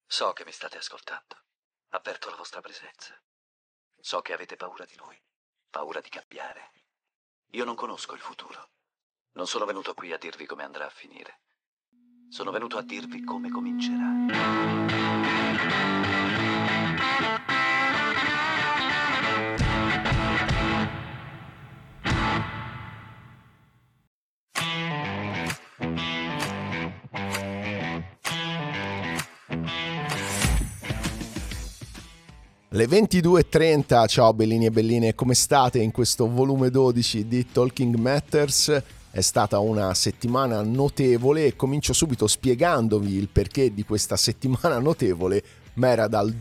So che mi state ascoltando. Avverto la vostra presenza. So che avete paura di lui, paura di cambiare. Io non conosco il futuro. Non sono venuto qui a dirvi come andrà a finire. Sono venuto a dirvi come comincerà. Le 22:30, ciao bellini e belline, come state in questo volume 12 di Talking Matters? È stata una settimana notevole e comincio subito spiegandovi il perché di questa settimana notevole, ma era dal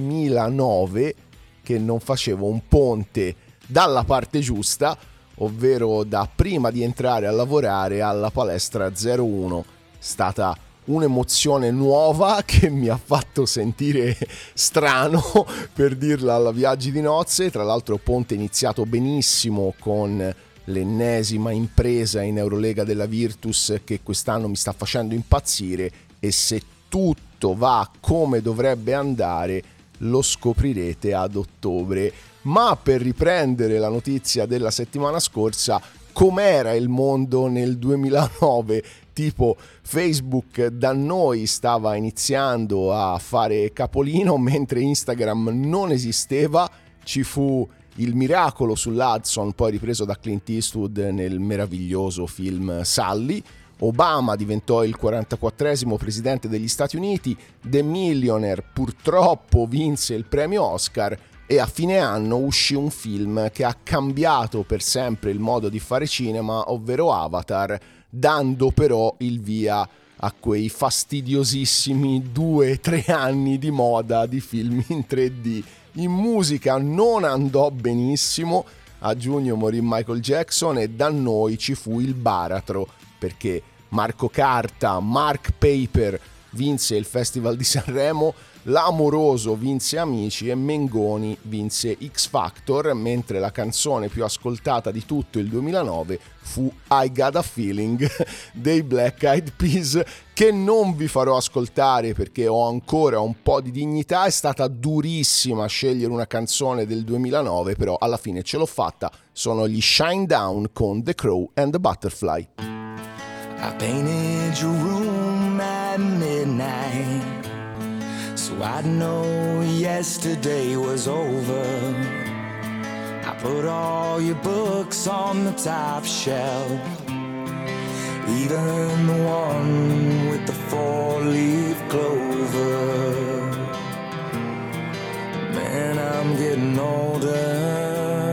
2009 che non facevo un ponte dalla parte giusta, ovvero da prima di entrare a lavorare alla palestra 01. È stata un'emozione nuova che mi ha fatto sentire strano, per dirla alla Viaggi di Nozze. Tra l'altro ponte iniziato benissimo con l'ennesima impresa in Eurolega della Virtus che quest'anno mi sta facendo impazzire, e se tutto va come dovrebbe andare lo scoprirete ad ottobre. Ma per riprendere la notizia della settimana scorsa, com'era il mondo nel 2009? Tipo Facebook da noi stava iniziando a fare capolino mentre Instagram non esisteva, ci fu il miracolo sull'Hudson poi ripreso da Clint Eastwood nel meraviglioso film Sully, Obama diventò il 44esimo presidente degli Stati Uniti, The Millionaire purtroppo vinse il premio Oscar e a fine anno uscì un film che ha cambiato per sempre il modo di fare cinema, ovvero Avatar, dando però il via a quei fastidiosissimi 2-3 anni di moda di film in 3D. In musica non andò benissimo, a giugno morì Michael Jackson e da noi ci fu il baratro, perché Marco Carta, Mark Paper vinse il Festival di Sanremo, L'Amoroso vinse Amici e Mengoni vinse X Factor, mentre la canzone più ascoltata di tutto il 2009 fu I Got a Feeling dei Black Eyed Peas, che non vi farò ascoltare perché ho ancora un po' di dignità. È stata durissima scegliere una canzone del 2009, però alla fine ce l'ho fatta. Sono gli Shinedown con The Crow and the Butterfly. I painted your room at midnight, so I'd know yesterday was over. I put all your books on the top shelf, even the one with the 4-leaf clover. Man, I'm getting older.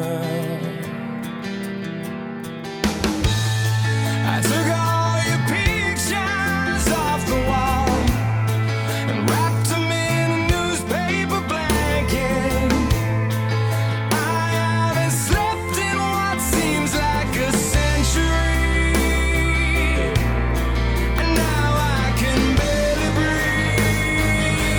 I took all your pictures off the wall and wrapped them in a newspaper blanket. I haven't slept in what seems like a century, and now I can barely breathe.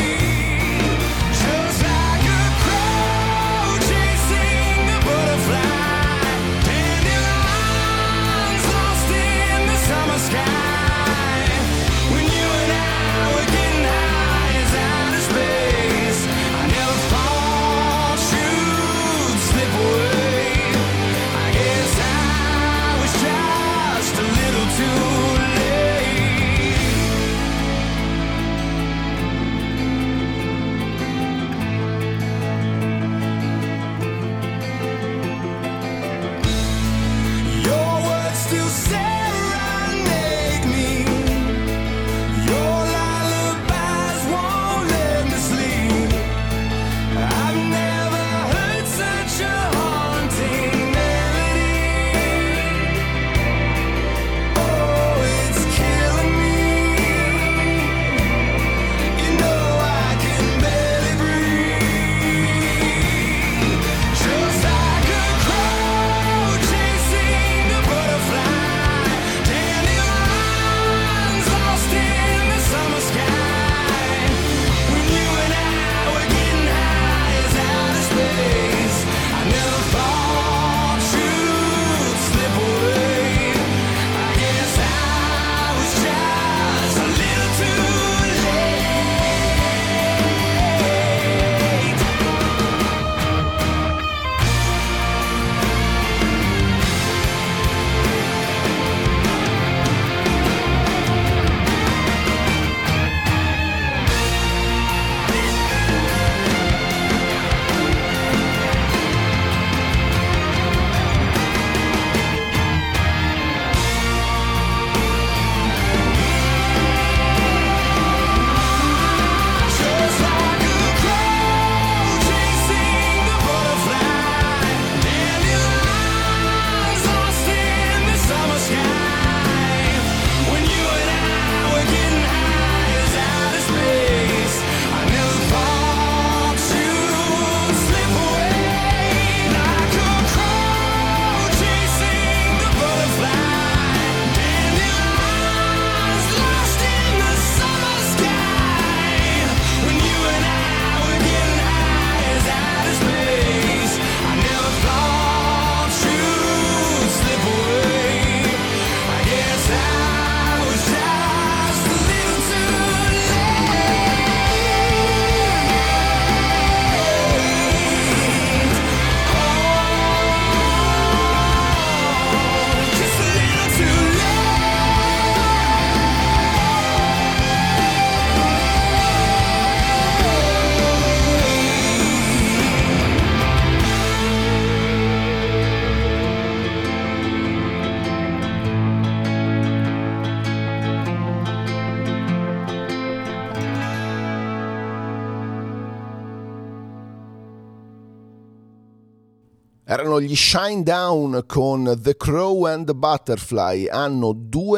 Erano gli Shinedown con The Crow and the Butterfly, anno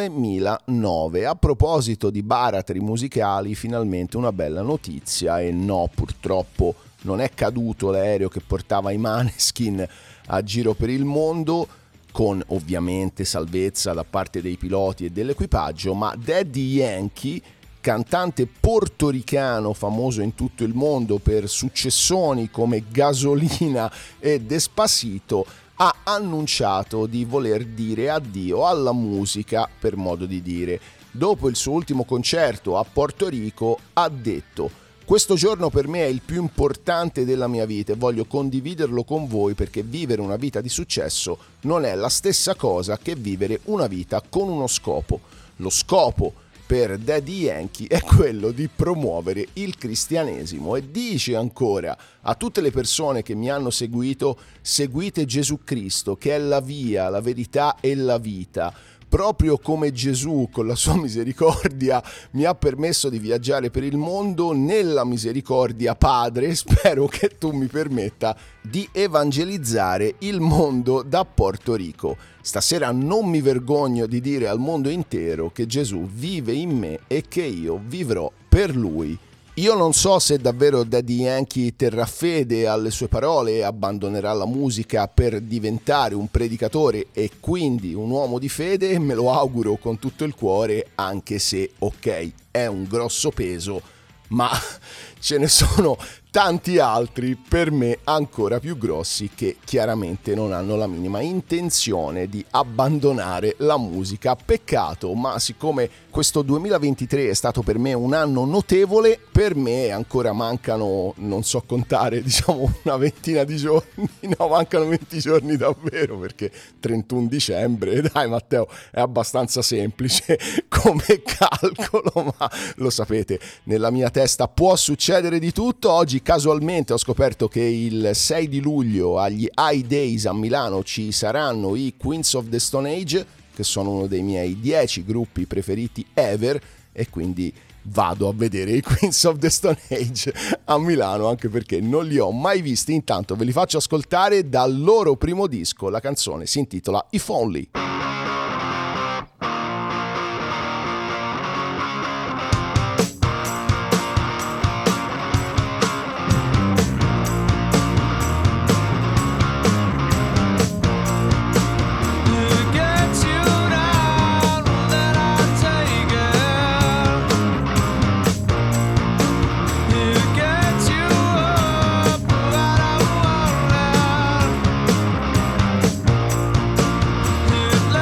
2009. A proposito di baratri musicali, finalmente una bella notizia, e no, purtroppo non è caduto l'aereo che portava i Maneskin a giro per il mondo, con ovviamente salvezza da parte dei piloti e dell'equipaggio, ma Daddy Yankee, cantante portoricano famoso in tutto il mondo per successoni come Gasolina e Despacito, ha annunciato di voler dire addio alla musica, per modo di dire. Dopo il suo ultimo concerto a Porto Rico ha detto: "Questo giorno per me è il più importante della mia vita e voglio condividerlo con voi, perché vivere una vita di successo non è la stessa cosa che vivere una vita con uno scopo. Lo scopo per Daddy Yankee è quello di promuovere il cristianesimo", e dice ancora: "A tutte le persone che mi hanno seguito, seguite Gesù Cristo, che è la via, la verità e la vita. Proprio come Gesù, con la sua misericordia, mi ha permesso di viaggiare per il mondo, nella misericordia, Padre, spero che tu mi permetta di evangelizzare il mondo da Porto Rico. Stasera non mi vergogno di dire al mondo intero che Gesù vive in me e che io vivrò per lui". Io non so se davvero Daddy Yankee terrà fede alle sue parole e abbandonerà la musica per diventare un predicatore e quindi un uomo di fede, me lo auguro con tutto il cuore, anche se, ok, è un grosso peso, ma ce ne sono tanti altri per me ancora più grossi che chiaramente non hanno la minima intenzione di abbandonare la musica. Peccato, ma siccome questo 2023 è stato per me un anno notevole, per me ancora mancano, non so contare, diciamo una ventina di giorni, no, mancano 20 giorni davvero, perché 31 dicembre, dai Matteo, è abbastanza semplice come calcolo, ma lo sapete, nella mia testa può succedere di tutto. Oggi casualmente ho scoperto che il 6 di luglio agli High Days a Milano ci saranno i Queens of the Stone Age, che sono uno dei miei 10 gruppi preferiti ever, e quindi vado a vedere i Queens of the Stone Age a Milano, anche perché non li ho mai visti. Intanto ve li faccio ascoltare dal loro primo disco, la canzone si intitola If Only. Let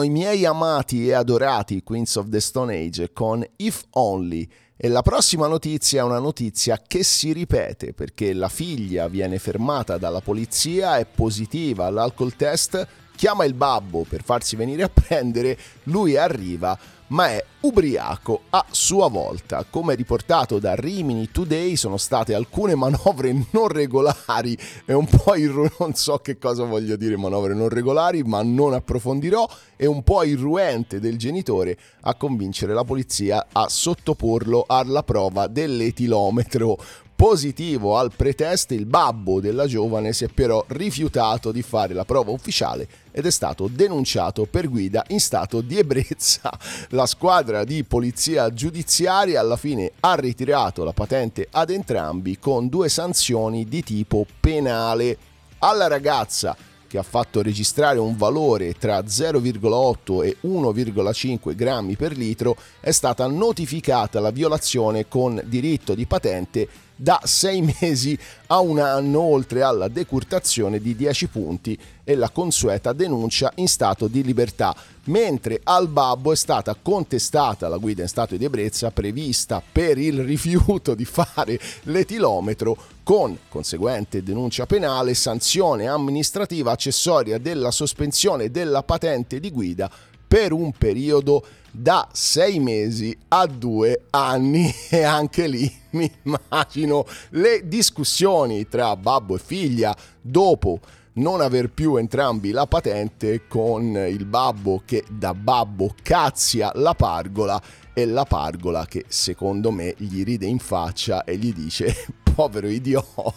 i miei amati e adorati Queens of the Stone Age con If Only. E la prossima notizia è una notizia che si ripete, perché la figlia viene fermata dalla polizia, è positiva all'alcol test, chiama il babbo per farsi venire a prendere, lui arriva ma è ubriaco a sua volta. Come riportato da Rimini Today, sono state alcune manovre non regolari e un po' non so che cosa voglia dire manovre non regolari, ma non approfondirò, e un po' irruente del genitore a convincere la polizia a sottoporlo alla prova dell'etilometro. Positivo al pretest, il babbo della giovane si è però rifiutato di fare la prova ufficiale ed è stato denunciato per guida in stato di ebbrezza. La squadra di polizia giudiziaria alla fine ha ritirato la patente ad entrambi con 2 sanzioni di tipo penale. Alla ragazza, che ha fatto registrare un valore tra 0,8 e 1,5 grammi per litro, è stata notificata la violazione con diritto di patente da 6 mesi a 1 anno, oltre alla decurtazione di 10 punti e la consueta denuncia in stato di libertà, mentre al babbo è stata contestata la guida in stato di ebbrezza prevista per il rifiuto di fare l'etilometro, con conseguente denuncia penale, sanzione amministrativa accessoria della sospensione della patente di guida per un periodo da 6 mesi a 2 anni. E anche lì mi immagino le discussioni tra babbo e figlia dopo non aver più entrambi la patente, con il babbo che da babbo cazzia la pargola e la pargola che secondo me gli ride in faccia e gli dice povero idiota.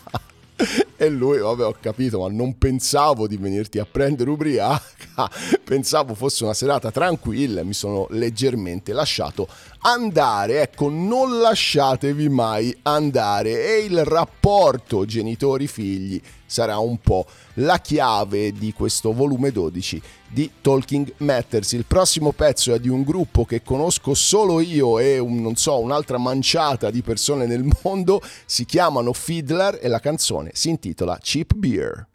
E lui, vabbè, ho capito, ma non pensavo di venirti a prendere ubriaca, pensavo fosse una serata tranquilla e mi sono leggermente lasciato andare. Ecco, non lasciatevi mai andare, e il rapporto genitori-figli sarà un po' la chiave di questo volume 12 di Talking Matters. Il prossimo pezzo è di un gruppo che conosco solo io e un'altra manciata di persone nel mondo, si chiamano Fiddler e la canzone si intitola Cheap Beer.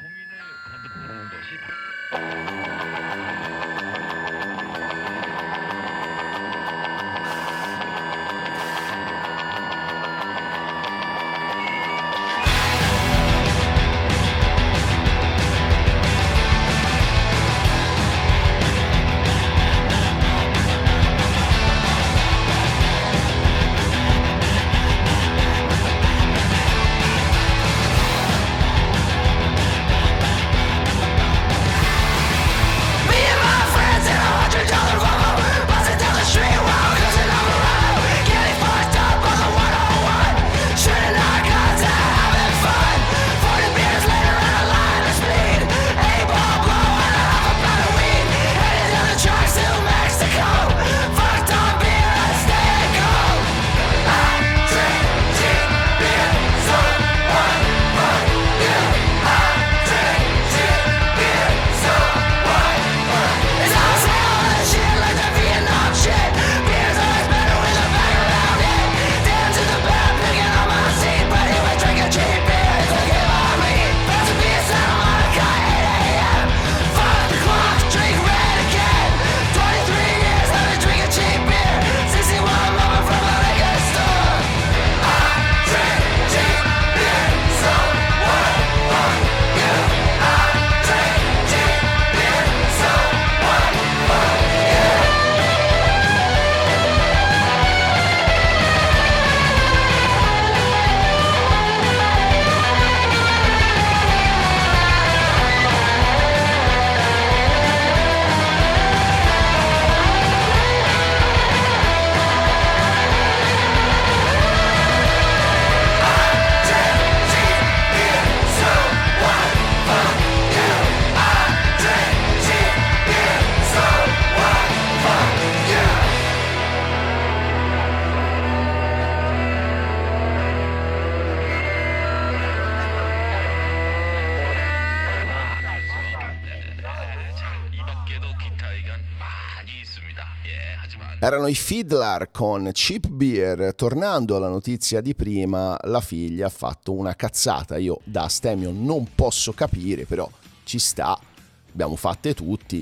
Erano i Fiddler con Cheap Beer. Tornando alla notizia di prima, la figlia ha fatto una cazzata. Io da astemio non posso capire, però ci sta, abbiamo fatte tutti.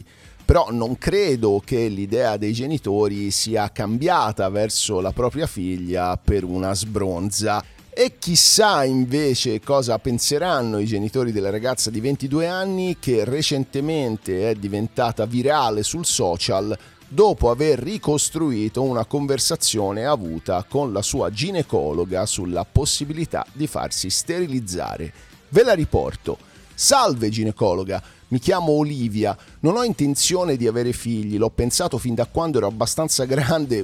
Però non credo che l'idea dei genitori sia cambiata verso la propria figlia per una sbronza. E chissà invece cosa penseranno i genitori della ragazza di 22 anni che recentemente è diventata virale sul social dopo aver ricostruito una conversazione avuta con la sua ginecologa sulla possibilità di farsi sterilizzare. Ve la riporto. Salve ginecologa, mi chiamo Olivia, non ho intenzione di avere figli, l'ho pensato fin da quando ero abbastanza grande,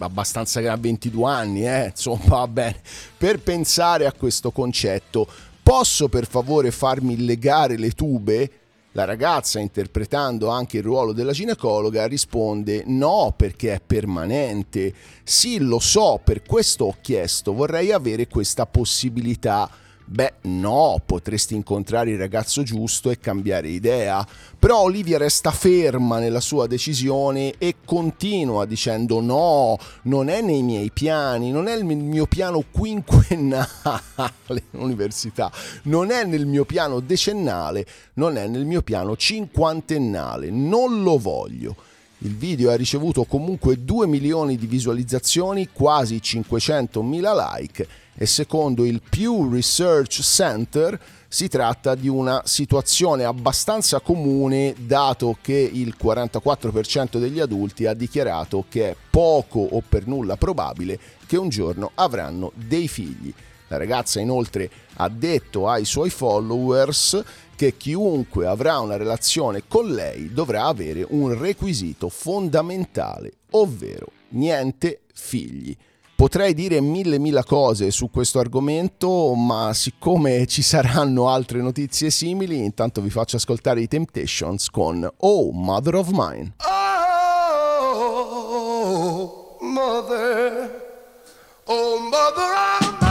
22 anni, insomma va bene, per pensare a questo concetto. Posso per favore farmi legare le tube? La ragazza, interpretando anche il ruolo della ginecologa, risponde no perché è permanente. Sì, lo so, per questo ho chiesto, vorrei avere questa possibilità. Beh, no, potresti incontrare il ragazzo giusto e cambiare idea. Però Olivia resta ferma nella sua decisione e continua dicendo no, non è nei miei piani, non è il mio piano quinquennale all'università, non è nel mio piano decennale, non è nel mio piano cinquantennale, non lo voglio. Il video ha ricevuto comunque 2 milioni di visualizzazioni, quasi 500.000 like e secondo il Pew Research Center si tratta di una situazione abbastanza comune dato che il 44% degli adulti ha dichiarato che è poco o per nulla probabile che un giorno avranno dei figli. La ragazza inoltre ha detto ai suoi followers che chiunque avrà una relazione con lei dovrà avere un requisito fondamentale, ovvero niente figli. Potrei dire mille cose su questo argomento, ma siccome ci saranno altre notizie simili, intanto vi faccio ascoltare i Temptations con Oh Mother of Mine. Oh, mother, oh, mother of mine.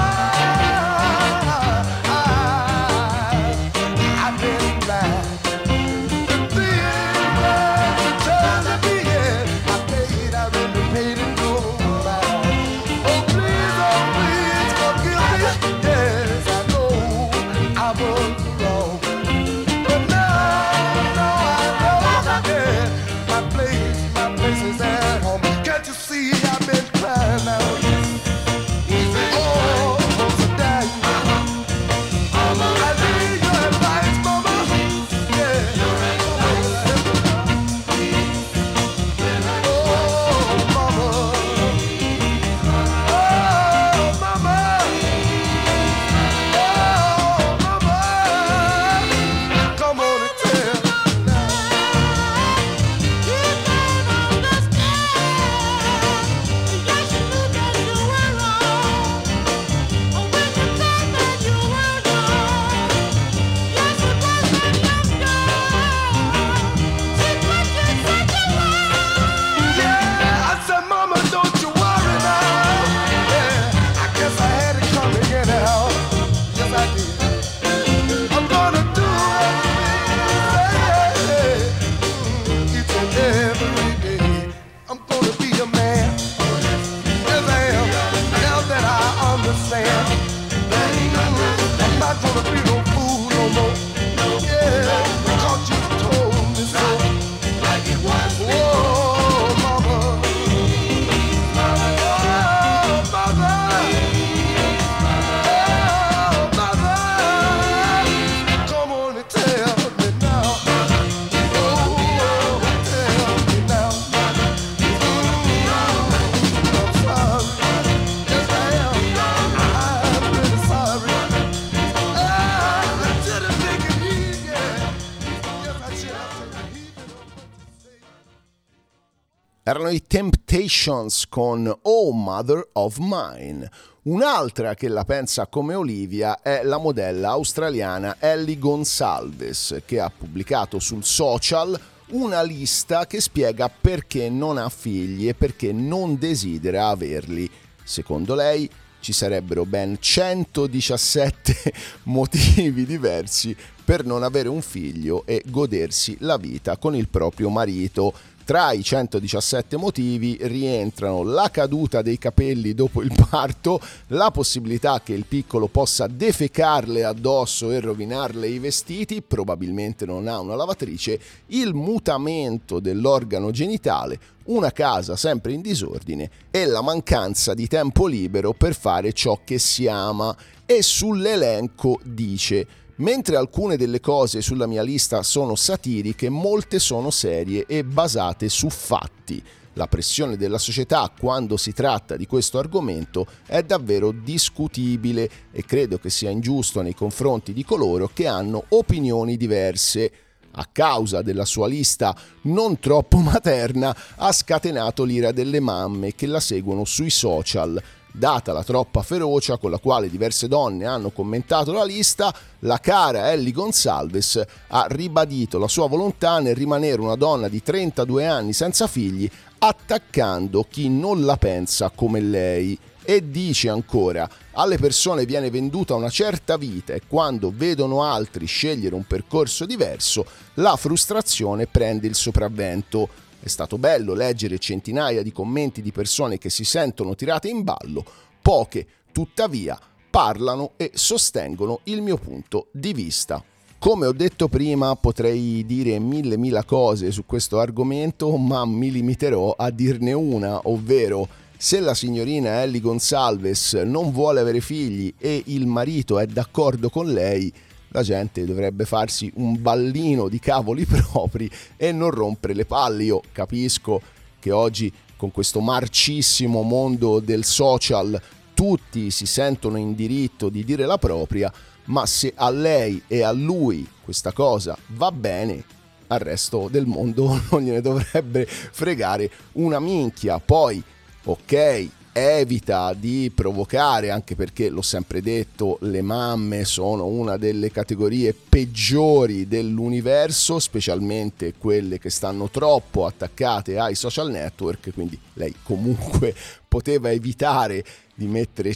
I've been blind. The end, the time to be in. I paid, I really paid it all back. Oh, please forgive me. Yes, I know I was wrong. But now I know that my place is at home. Can't you see I've been crying out? Oh, so damn. I need your advice, mama. Yeah. Oh, mama. Oh, mama. Oh, mama. Come on and tell me now. You don't understand. Yes, you knew that you were wrong. Oh, when you said that you were wrong. Yes, it wasn't your fault. She put you in such a world. Yeah, I said, mama, don't you worry now. Yeah, I guess I had it coming anyhow. Yes, I did. I'm gonna do it each and every day. I'm gonna be a man. Yes, I am. Now that I understand. I'm not gonna be no fool no more. Yeah, because you told me so. Like it was. Oh, mama. Oh, mother. Oh, mother. Come on and tell me now. Oh, tell me now. I'm sorry. Yes, I am. I'm really sorry. I should've taken heed, yeah. Yes, I should have taken heed of what you say. Erano i Temptations con Oh Mother of Mine. Un'altra che la pensa come Olivia è la modella australiana Ellie Gonsalves, che ha pubblicato sul social una lista che spiega perché non ha figli e perché non desidera averli. Secondo lei ci sarebbero ben 117 motivi diversi per non avere un figlio e godersi la vita con il proprio marito. Tra i 117 motivi rientrano la caduta dei capelli dopo il parto, la possibilità che il piccolo possa defecarle addosso e rovinarle i vestiti, probabilmente non ha una lavatrice, il mutamento dell'organo genitale, una casa sempre in disordine e la mancanza di tempo libero per fare ciò che si ama. E sull'elenco dice: mentre alcune delle cose sulla mia lista sono satiriche, molte sono serie e basate su fatti. La pressione della società quando si tratta di questo argomento è davvero discutibile e credo che sia ingiusto nei confronti di coloro che hanno opinioni diverse. A causa della sua lista non troppo materna, ha scatenato l'ira delle mamme che la seguono sui social. Data la troppa ferocia con la quale diverse donne hanno commentato la lista, la cara Ellie Gonzalez ha ribadito la sua volontà nel rimanere una donna di 32 anni senza figli, attaccando chi non la pensa come lei. E dice ancora: alle persone viene venduta una certa vita e quando vedono altri scegliere un percorso diverso, la frustrazione prende il sopravvento. È stato bello leggere centinaia di commenti di persone che si sentono tirate in ballo, poche, tuttavia, parlano e sostengono il mio punto di vista. Come ho detto prima, potrei dire mille cose su questo argomento, ma mi limiterò a dirne una, ovvero: se la signorina Ellie Gonzalez non vuole avere figli e il marito è d'accordo con lei, la gente dovrebbe farsi un ballino di cavoli propri e non rompere le palle. Io capisco che oggi, con questo marcissimo mondo del social, tutti si sentono in diritto di dire la propria, ma se a lei e a lui questa cosa va bene, al resto del mondo non gliene dovrebbe fregare una minchia. Poi, ok, evita di provocare, anche perché l'ho sempre detto, le mamme sono una delle categorie peggiori dell'universo, specialmente quelle che stanno troppo attaccate ai social network, quindi lei comunque poteva evitare di mettere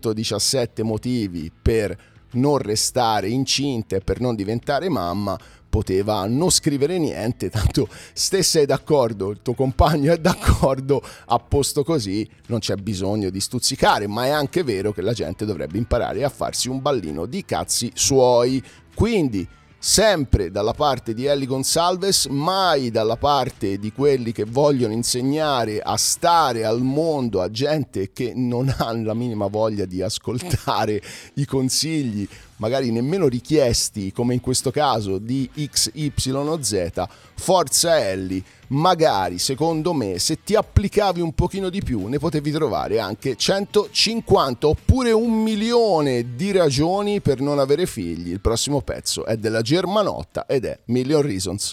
117 motivi per non restare incinta e per non diventare mamma. Poteva non scrivere niente, tanto se sei d'accordo, il tuo compagno è d'accordo, a posto così, non c'è bisogno di stuzzicare. Ma è anche vero che la gente dovrebbe imparare a farsi un ballino di cazzi suoi. Quindi sempre dalla parte di Ellie Gonzalez, mai dalla parte di quelli che vogliono insegnare a stare al mondo a gente che non ha la minima voglia di ascoltare i consigli, magari nemmeno richiesti, come in questo caso di XYZ. Forza Ellie, magari secondo me se ti applicavi un pochino di più ne potevi trovare anche 150 oppure 1.000.000 di ragioni per non avere figli. Il prossimo pezzo è della Germanotta ed è Million Reasons.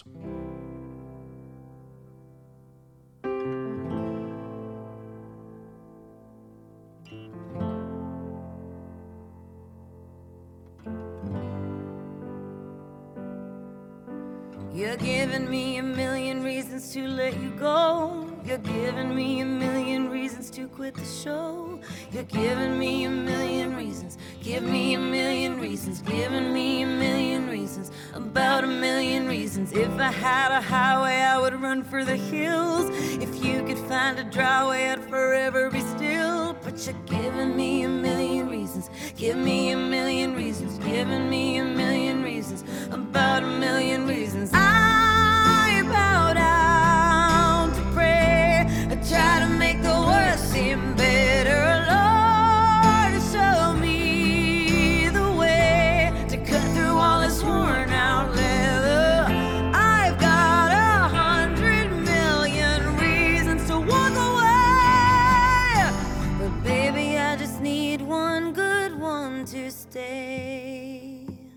You're giving me a million reasons to let you go. You're giving me a million reasons to quit the show. You're giving me a million reasons. Give me a million reasons. Giving me a million reasons. About a million reasons. If I had a highway, I would run for the hills. If you could find a dry way, I'd forever be still. But you're giving me a million reasons. Give me a million reasons. Giving me a million reasons. About a million reasons. I bow down to pray. I try to make the worst seem better. Lord, show me the way to cut through all this worn out leather. I've got 100 million reasons to walk away, but baby, I just need one good one to stay.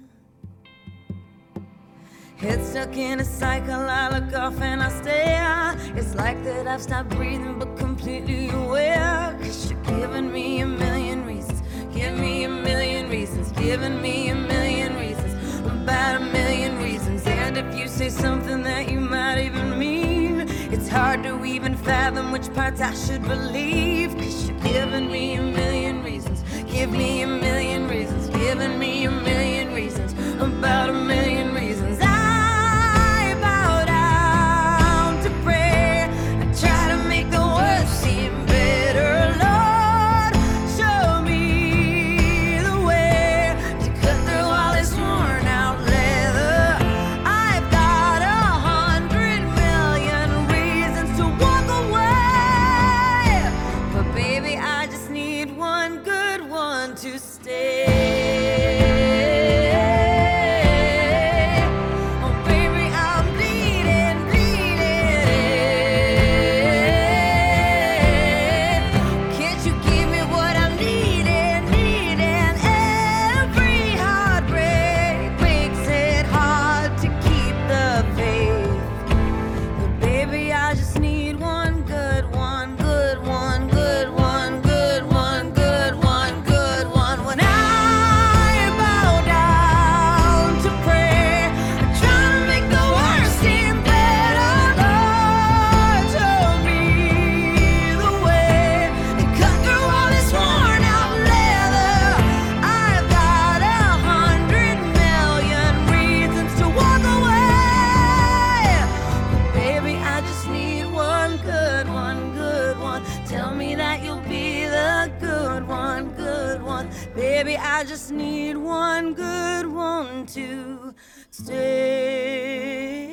Head stuck in a cycle, I look off and I stare. It's like that I've stopped breathing but completely aware. 'Cause you're giving me a million reasons. Give me a million reasons. Giving me a million reasons. About a million reasons. And if you say something that you might even mean, it's hard to even fathom which parts I should believe. 'Cause you're giving me a million reasons. Give me a million reasons. Giving me a million reasons. About a million reasons. I bow down to pray. Baby, I just need one good one to stay.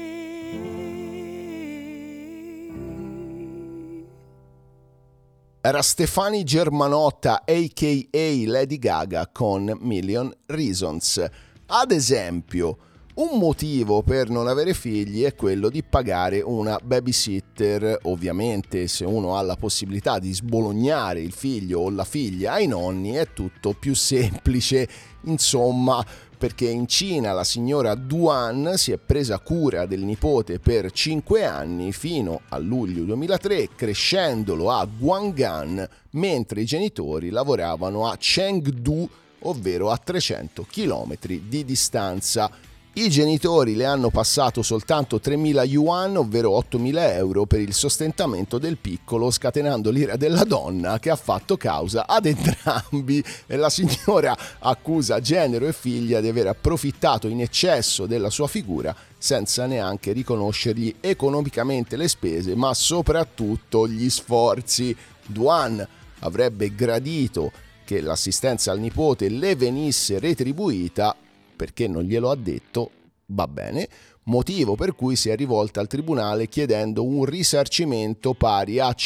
Era Stefani Germanotta, a.k.a. Lady Gaga, con Million Reasons. Ad esempio, un motivo per non avere figli è quello di pagare una babysitter. Ovviamente, se uno ha la possibilità di sbolognare il figlio o la figlia ai nonni, è tutto più semplice. Insomma, perché in Cina la signora Duan si è presa cura del nipote per 5 anni fino a luglio 2003, crescendolo a Guang'an, mentre i genitori lavoravano a Chengdu, ovvero a 300 km di distanza. I genitori le hanno passato soltanto 3.000 yuan, ovvero 8.000 euro, per il sostentamento del piccolo, scatenando l'ira della donna, che ha fatto causa ad entrambi, e la signora accusa genero e figlia di aver approfittato in eccesso della sua figura senza neanche riconoscergli economicamente le spese, ma soprattutto gli sforzi. Duan avrebbe gradito che l'assistenza al nipote le venisse retribuita, perché non glielo ha detto, va bene, motivo per cui si è rivolta al tribunale chiedendo un risarcimento pari a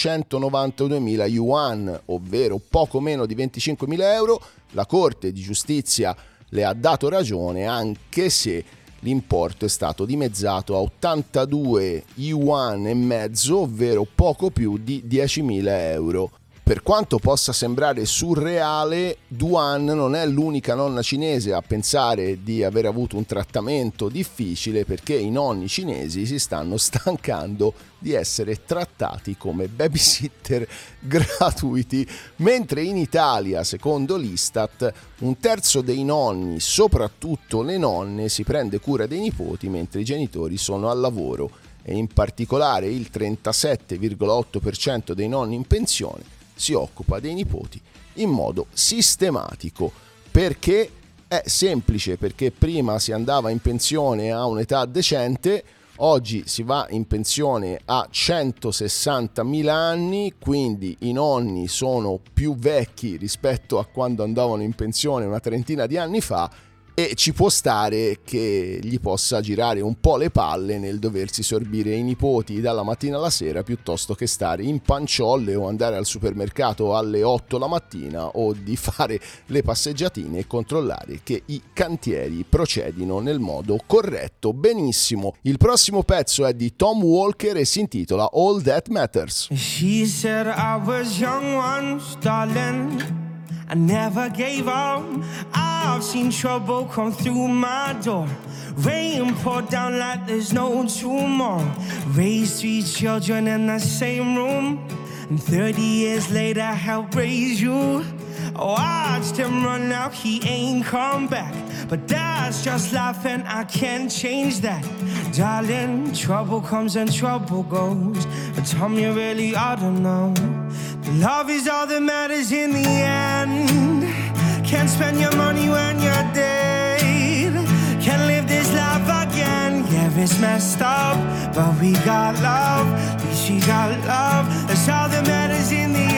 192.000 yuan, ovvero poco meno di 25.000 euro. La Corte di Giustizia le ha dato ragione, anche se l'importo è stato dimezzato a 82 yuan e mezzo, ovvero poco più di 10.000 euro. Per quanto possa sembrare surreale, Duan non è l'unica nonna cinese a pensare di aver avuto un trattamento difficile, perché i nonni cinesi si stanno stancando di essere trattati come babysitter gratuiti, mentre in Italia, secondo l'Istat, un terzo dei nonni, soprattutto le nonne, si prende cura dei nipoti mentre i genitori sono al lavoro, e in particolare il 37,8% dei nonni in pensione si occupa dei nipoti in modo sistematico. Perché? È semplice, perché prima si andava in pensione a un'età decente, oggi si va in pensione a 160.000 anni, quindi i nonni sono più vecchi rispetto a quando andavano in pensione una trentina di anni fa, e ci può stare che gli possa girare un po' le palle nel doversi sorbire i nipoti dalla mattina alla sera, piuttosto che stare in panciolle o andare al supermercato alle 8 la mattina, o di fare le passeggiatine e controllare che i cantieri procedino nel modo corretto. Benissimo, il prossimo pezzo è di Tom Walker e si intitola All That Matters. She said I was young once, darling. I never gave up. I've seen trouble come through my door. Rain poured down like there's no tomorrow. Raised 3 children in the same room, and 30 years later helped raise you. Watched him run out, he ain't come back. But that's just life and I can't change that. Darling, trouble comes and trouble goes, but tell me really ought to know. Love is all that matters in the end. Can't spend your money when you're dead. Can't live this life again. Yeah, it's messed up, but we got love. At least we got love. That's all that matters in the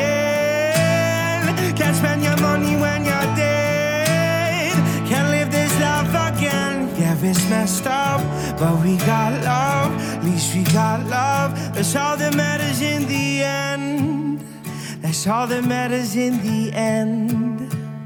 end. Can't spend your money when you're dead. Can't live this life again. Yeah, it's messed up, but we got love. At least we got love. That's all that matters in the end. That's all that matters in the end.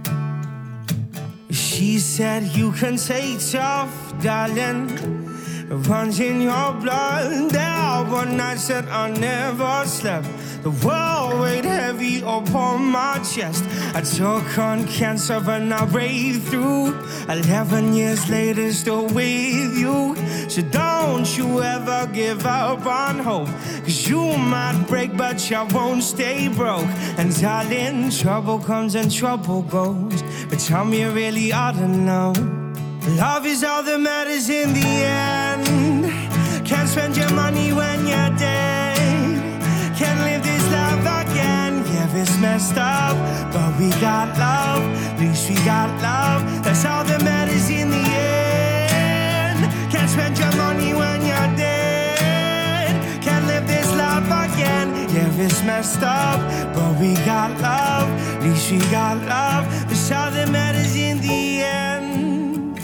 She said you can take tough, darling. It runs in your blood. There were nights that I never slept. The world weighed heavy upon my chest. I took on cancer and I braved through. 11 years later, still with you. So don't you ever give up on hope, 'cause you might break, but you won't stay broke. And darling, trouble comes and trouble goes, but tell me you really ought to know. Love is all that matters in the end. Can't spend your money when you're dead. Can't live this life again. Yeah, it's messed up, but we got love. At least we got love. That's all that matters in the end. Can't spend your money when you're dead. Can't live this life again. Yeah, it's messed up, but we got love. At least we got love. That's That's all that matters in the end.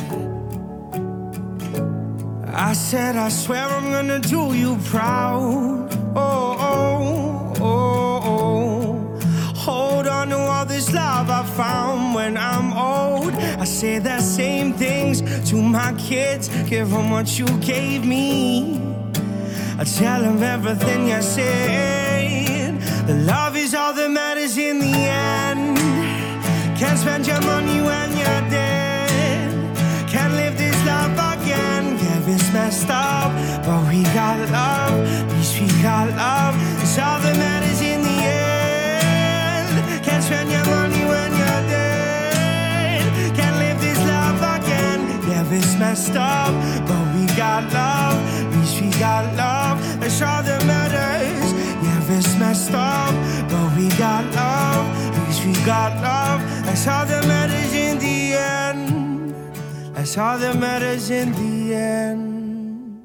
I said, I swear I'm gonna do you proud. Oh, oh, oh, oh. Hold on to all this love I found when I'm old. I say the same things to my kids. Give them what you gave me. I tell them everything you said. The love is all that matters in the end. Can't spend your money when you're dead. Can't live this love again. Yeah, it's messed up, but we got love. At least we got love. It's all that matters in the end. Can't spend your money when you're dead. Can't live this love again. Yeah, it's messed up, but we got love. At least we got love. That's all that matters. Yeah, it's messed up, but we got love. At least we got love. That's all that matters in the end. That's all that matters in the end.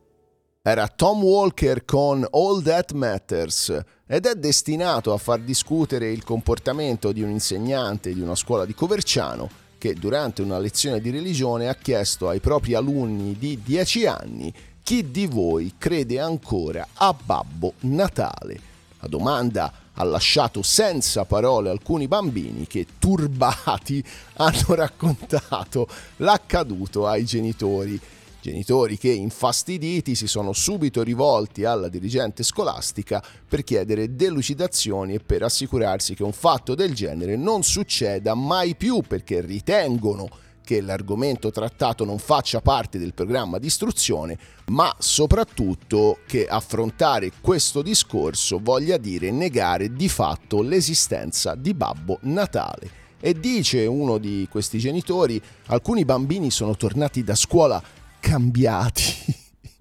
Era Tom Walker con All That Matters ed è destinato a far discutere il comportamento di un insegnante di una scuola di Coverciano che durante una lezione di religione ha chiesto ai propri alunni di 10 anni: chi di voi crede ancora a Babbo Natale? La domanda ha lasciato senza parole alcuni bambini che, turbati, hanno raccontato l'accaduto ai genitori. Genitori che, infastiditi, si sono subito rivolti alla dirigente scolastica per chiedere delucidazioni e per assicurarsi che un fatto del genere non succeda mai più, perché ritengono che l'argomento trattato non faccia parte del programma di istruzione, ma soprattutto che affrontare questo discorso voglia dire negare di fatto l'esistenza di Babbo Natale. E dice uno di questi genitori: alcuni bambini sono tornati da scuola cambiati,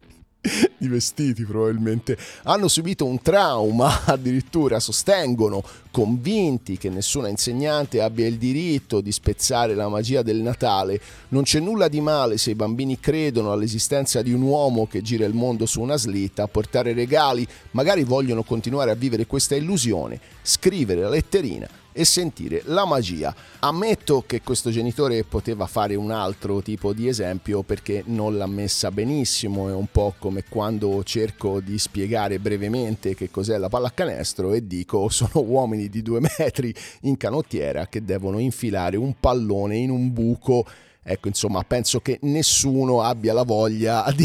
di vestiti probabilmente, hanno subito un trauma, addirittura sostengono, convinti che nessuna insegnante abbia il diritto di spezzare la magia del Natale. Non c'è nulla di male se i bambini credono all'esistenza di un uomo che gira il mondo su una slitta a portare regali, magari vogliono continuare a vivere questa illusione, scrivere la letterina e sentire la magia. Ammetto che questo genitore poteva fare un altro tipo di esempio perché non l'ha messa benissimo. È un po' come quando cerco di spiegare brevemente che cos'è la pallacanestro e dico: sono uomini di 2 metri in canottiera che devono infilare un pallone in un buco. Ecco, insomma, penso che nessuno abbia la voglia di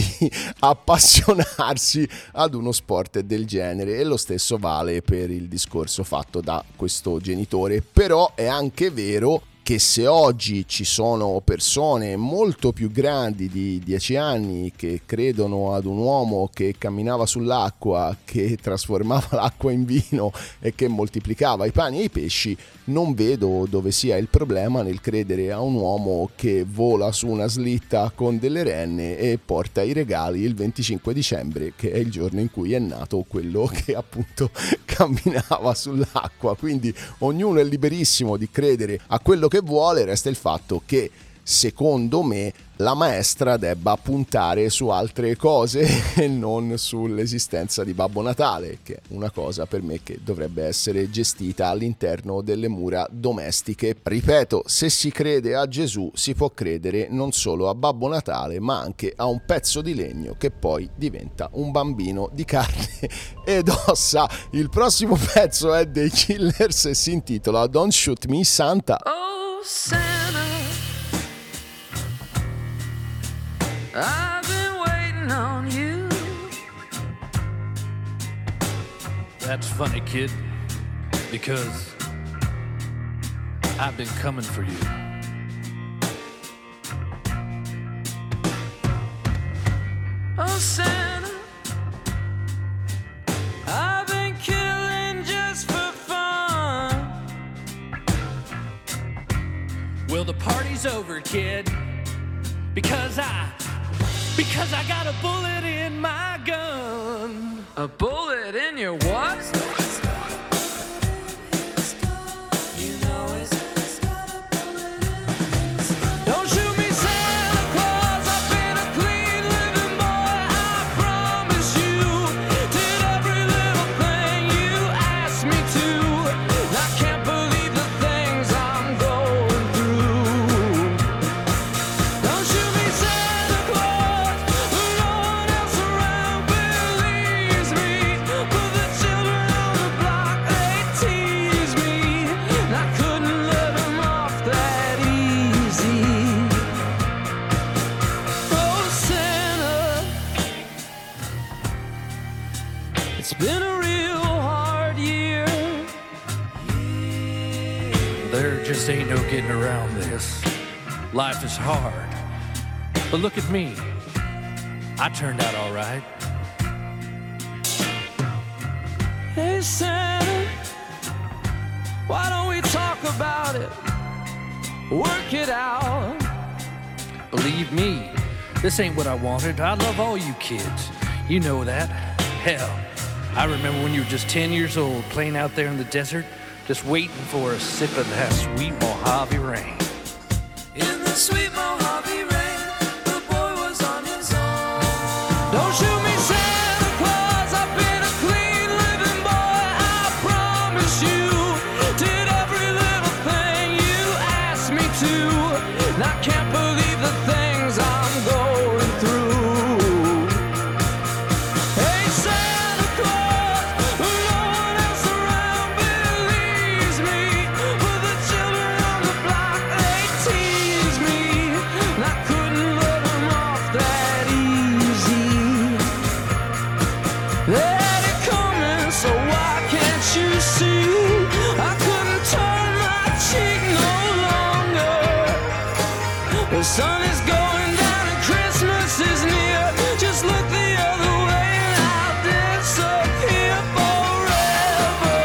appassionarsi ad uno sport del genere, e lo stesso vale per il discorso fatto da questo genitore. Però è anche vero che se oggi ci sono persone molto più grandi di 10 anni che credono ad un uomo che camminava sull'acqua, che trasformava l'acqua in vino e che moltiplicava i pani e i pesci, non vedo dove sia il problema nel credere a un uomo che vola su una slitta con delle renne e porta i regali il 25 dicembre, che è il giorno in cui è nato quello che appunto camminava sull'acqua. Quindi ognuno è liberissimo di credere a quello che vuole. Resta il fatto che, secondo me, la maestra debba puntare su altre cose e non sull'esistenza di Babbo Natale, che è una cosa per me che dovrebbe essere gestita all'interno delle mura domestiche. Ripeto, se si crede a Gesù si può credere non solo a Babbo Natale, ma anche a un pezzo di legno che poi diventa un bambino di carne ed ossa. Il prossimo pezzo è dei Killers e si intitola Don't Shoot Me Santa. Oh, Santa, I've been waiting on you. That's funny, kid, because I've been coming for you. Oh, Santa, I've been killing just for fun. Well, the party's over, kid, because I got a bullet in my gun. A bullet in your what? Don't shoot me, Santa Claus. I've been a clean living boy. I promise you, did every little thing you asked me to. I can't believe the things I'm going There just ain't no getting around this. Life is hard. But look at me. I turned out all right. Hey Santa, why don't we talk about it? Work it out. Believe me, this ain't what I wanted. I love all you kids. You know that. Hell, I remember when you were just 10 years old, playing out there in the desert, just waiting for a sip of that sweet Mojave rain. In the sweet Mojave rain, the boy was on his own. Don't shoot me, Santa Claus, I've been a clean living boy. I promise you, did every little thing you asked me to. And I can't believe the things I'm going through. Hey Santa Claus, no one else around believes me, but the children on the block, they tease me, and I couldn't let them off that easy. They had it coming, so why can't you see? I couldn't turn my cheek no longer. The sun is going down and Christmas is near. Just look the other way and I'll disappear forever.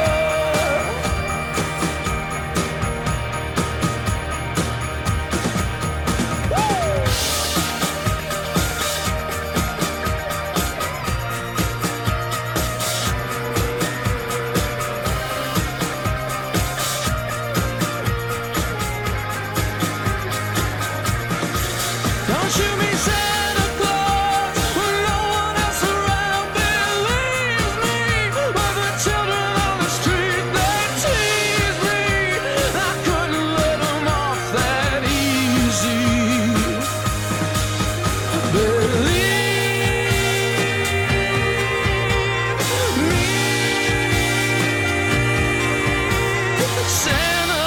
Don't shoot me, Santa Claus, when no one else around believes me. But the children on the street, they tease me. I couldn't let them off that easy. Believe me, Santa.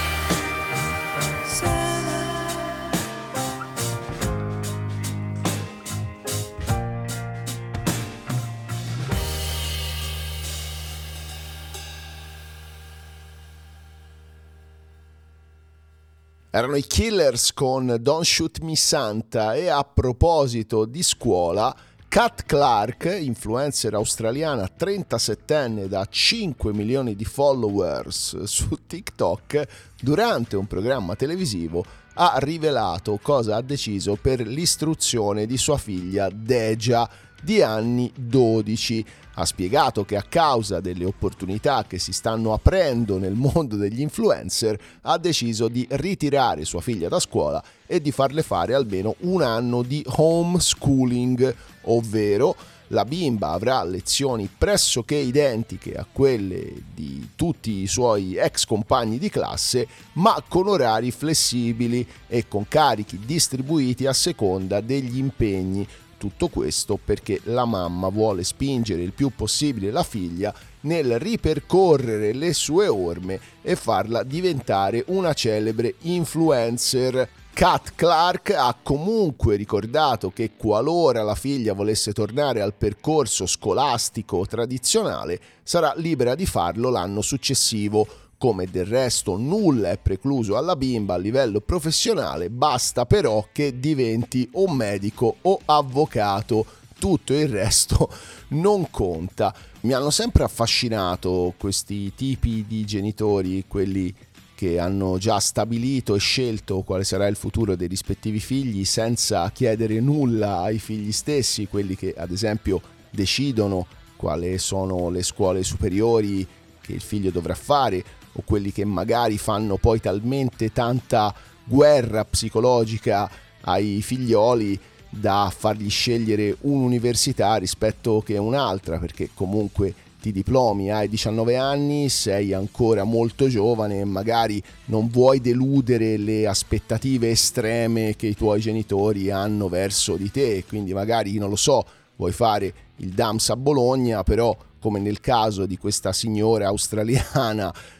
Erano i Killers con Don't Shoot Me Santa. E a proposito di scuola, Kat Clark, influencer australiana 37enne da 5 milioni di followers su TikTok, durante un programma televisivo ha rivelato cosa ha deciso per l'istruzione di sua figlia Deja, di anni 12. Ha spiegato che a causa delle opportunità che si stanno aprendo nel mondo degli influencer ha deciso di ritirare sua figlia da scuola e di farle fare almeno un anno di homeschooling, ovvero la bimba avrà lezioni pressoché identiche a quelle di tutti i suoi ex compagni di classe, ma con orari flessibili e con carichi distribuiti a seconda degli impegni. Tutto questo perché la mamma vuole spingere il più possibile la figlia nel ripercorrere le sue orme e farla diventare una celebre influencer. Kat Clark ha comunque ricordato che qualora la figlia volesse tornare al percorso scolastico tradizionale, sarà libera di farlo l'anno successivo. Come del resto nulla è precluso alla bimba a livello professionale, basta però che diventi o medico o avvocato, tutto il resto non conta. Mi hanno sempre affascinato questi tipi di genitori, quelli che hanno già stabilito e scelto quale sarà il futuro dei rispettivi figli senza chiedere nulla ai figli stessi, quelli che ad esempio decidono quali sono le scuole superiori che il figlio dovrà fare, o quelli che magari fanno poi talmente tanta guerra psicologica ai figlioli da fargli scegliere un'università rispetto che un'altra, perché comunque ti diplomi, hai 19 anni, sei ancora molto giovane e magari non vuoi deludere le aspettative estreme che i tuoi genitori hanno verso di te, quindi magari, non lo so, vuoi fare il DAMS a Bologna, però come nel caso di questa signora australiana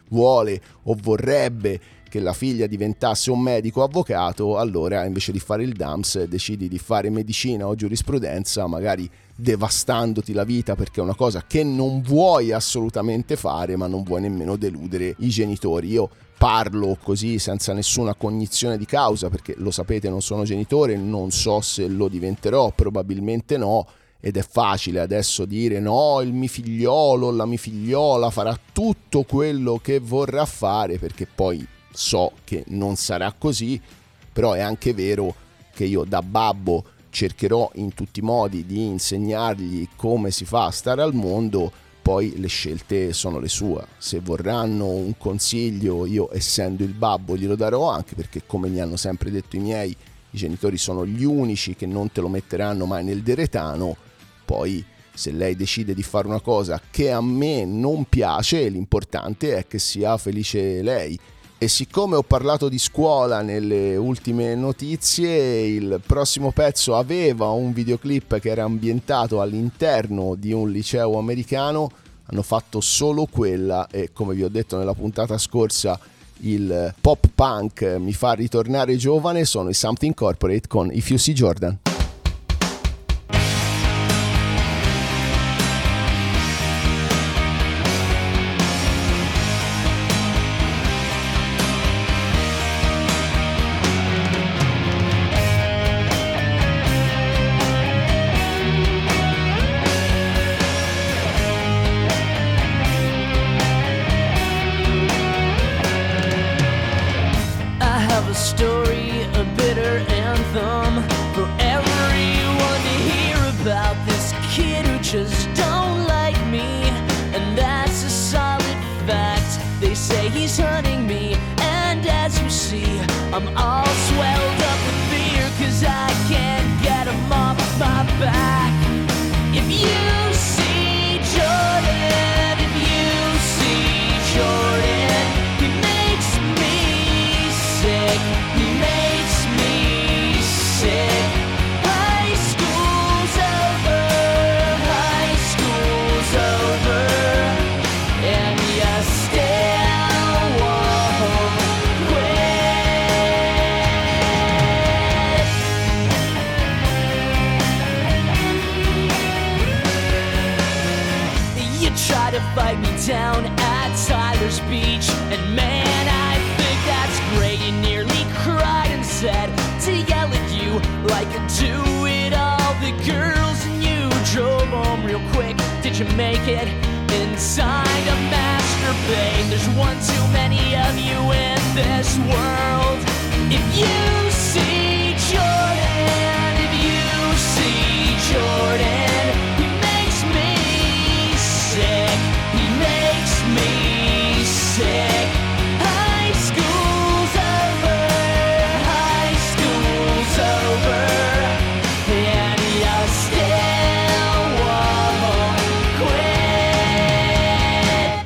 vuole o vorrebbe che la figlia diventasse un medico avvocato, allora invece di fare il DAMS decidi di fare medicina o giurisprudenza, magari devastandoti la vita perché è una cosa che non vuoi assolutamente fare, ma non vuoi nemmeno deludere i genitori. Io parlo così senza nessuna cognizione di causa perché, lo sapete, non sono genitore, non so se lo diventerò, probabilmente no, ed è facile adesso dire no, il mio figliolo, la mia figliola farà tutto quello che vorrà fare, perché poi so che non sarà così. Però è anche vero che io da babbo cercherò in tutti i modi di insegnargli come si fa a stare al mondo, poi le scelte sono le sue. Se vorranno un consiglio, io essendo il babbo glielo darò, anche perché, come mi hanno sempre detto i miei, i genitori sono gli unici che non te lo metteranno mai nel deretano. Poi se lei decide di fare una cosa che a me non piace, l'importante è che sia felice lei. E siccome ho parlato di scuola nelle ultime notizie, il prossimo pezzo aveva un videoclip che era ambientato all'interno di un liceo americano. Hanno fatto solo quella e, come vi ho detto nella puntata scorsa, il pop punk mi fa ritornare giovane. Sono i Something Corporate con If You See Jordan. Story, a bitter anthem for everyone to hear about this kid who just don't like me, and that's a solid fact. They say he's hunting me, and as you see, I'm all swelled up with fear, 'cause I can't get him off my back. If you see Jordan, if you see Jordan, he makes me sick. He makes me sick. High school's over, high school's over, and you still won't quit. You try to fight me down at Tyler's Beach, and man, I think that's great. You nearly cried and said to yell at you like I do it all. The girls and you drove home real quick. Did you make it inside a masturbate? There's one too many of you in this world. If you see Jordan, if you see Jordan, he makes me sick. He makes me sick. High school's over, high school's over, and you still won't quit.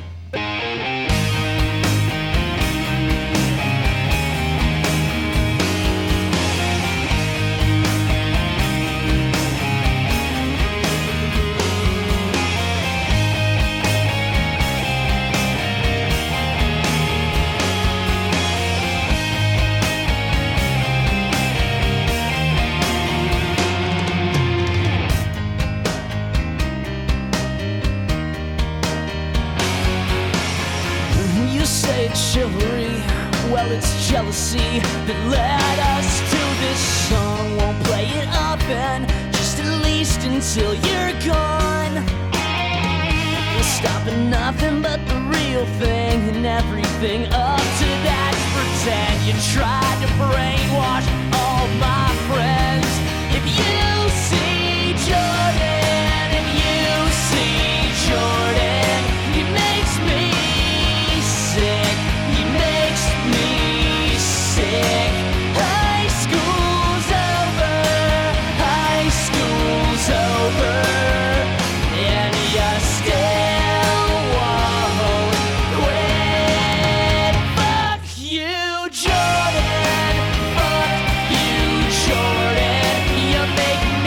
You say it's chivalry, well it's jealousy that led us to this song. Won't play it often, just at least until you're gone. We'll stop at nothing but the real thing, and everything up to that's pretend. You tried to brainwash all my friends. If you see Jordan, if you see Jordan, he makes me sick. He makes me sick. High school's over, high school's over, and you still won't quit. Fuck you, Jordan. Fuck you, Jordan. You make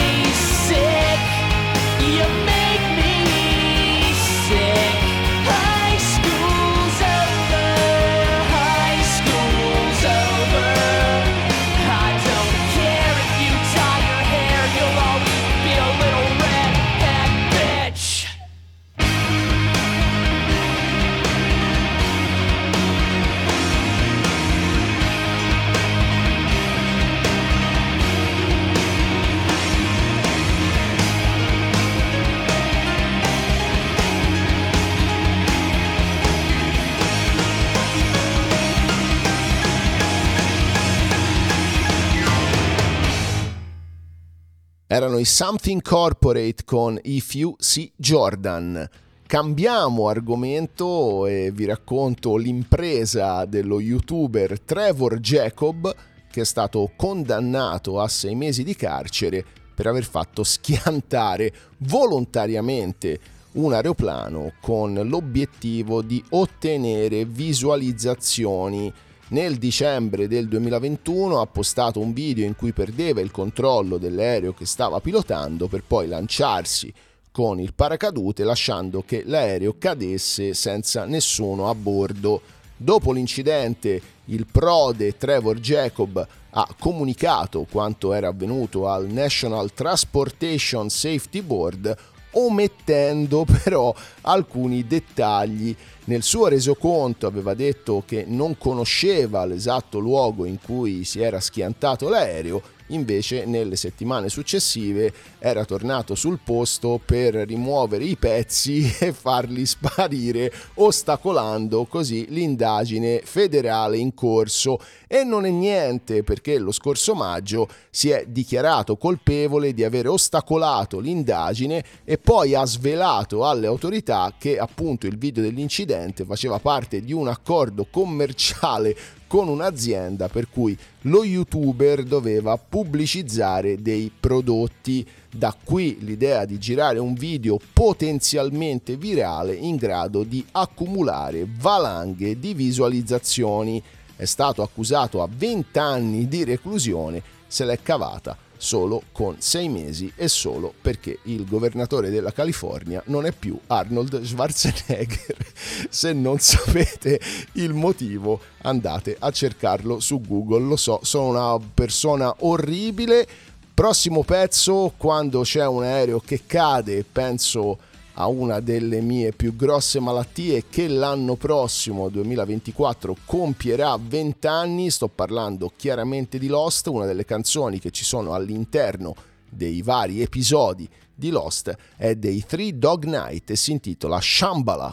Erano i Something Corporate con If You See Jordan. Cambiamo argomento e vi racconto l'impresa dello youtuber Trevor Jacob, che è stato condannato a 6 mesi di carcere per aver fatto schiantare volontariamente un aeroplano con l'obiettivo di ottenere visualizzazioni. Nel dicembre del 2021 ha postato un video in cui perdeva il controllo dell'aereo che stava pilotando per poi lanciarsi con il paracadute, lasciando che l'aereo cadesse senza nessuno a bordo. Dopo l'incidente, il prode Trevor Jacob ha comunicato quanto era avvenuto al National Transportation Safety Board, omettendo però alcuni dettagli. Nel suo resoconto aveva detto che non conosceva l'esatto luogo in cui si era schiantato l'aereo, invece nelle settimane successive era tornato sul posto per rimuovere i pezzi e farli sparire, ostacolando così l'indagine federale in corso. E non è niente, perché lo scorso maggio si è dichiarato colpevole di aver ostacolato l'indagine e poi ha svelato alle autorità che appunto il video dell'incidente faceva parte di un accordo commerciale con un'azienda per cui lo youtuber doveva pubblicizzare dei prodotti. Da qui l'idea di girare un video potenzialmente virale in grado di accumulare valanghe di visualizzazioni. È stato accusato a 20 anni di reclusione, se l'è cavata solo con 6 mesi e solo perché il governatore della California non è più Arnold Schwarzenegger. Se non sapete il motivo, andate a cercarlo su Google. Lo so, sono una persona orribile. Prossimo pezzo, quando c'è un aereo che cade, penso a una delle mie più grosse malattie che l'anno prossimo, 2024, compierà 20 anni. Sto parlando chiaramente di Lost. Una delle canzoni che ci sono all'interno dei vari episodi di Lost è dei Three Dog Night e si intitola Shambhala.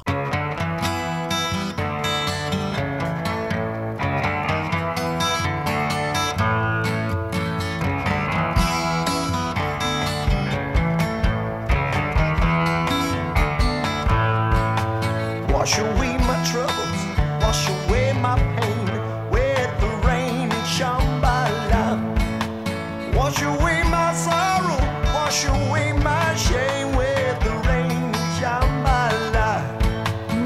Wash away my troubles, wash away my pain with the rain in Shambhala. Wash away my sorrow, wash away my shame with the rain in Shambhala.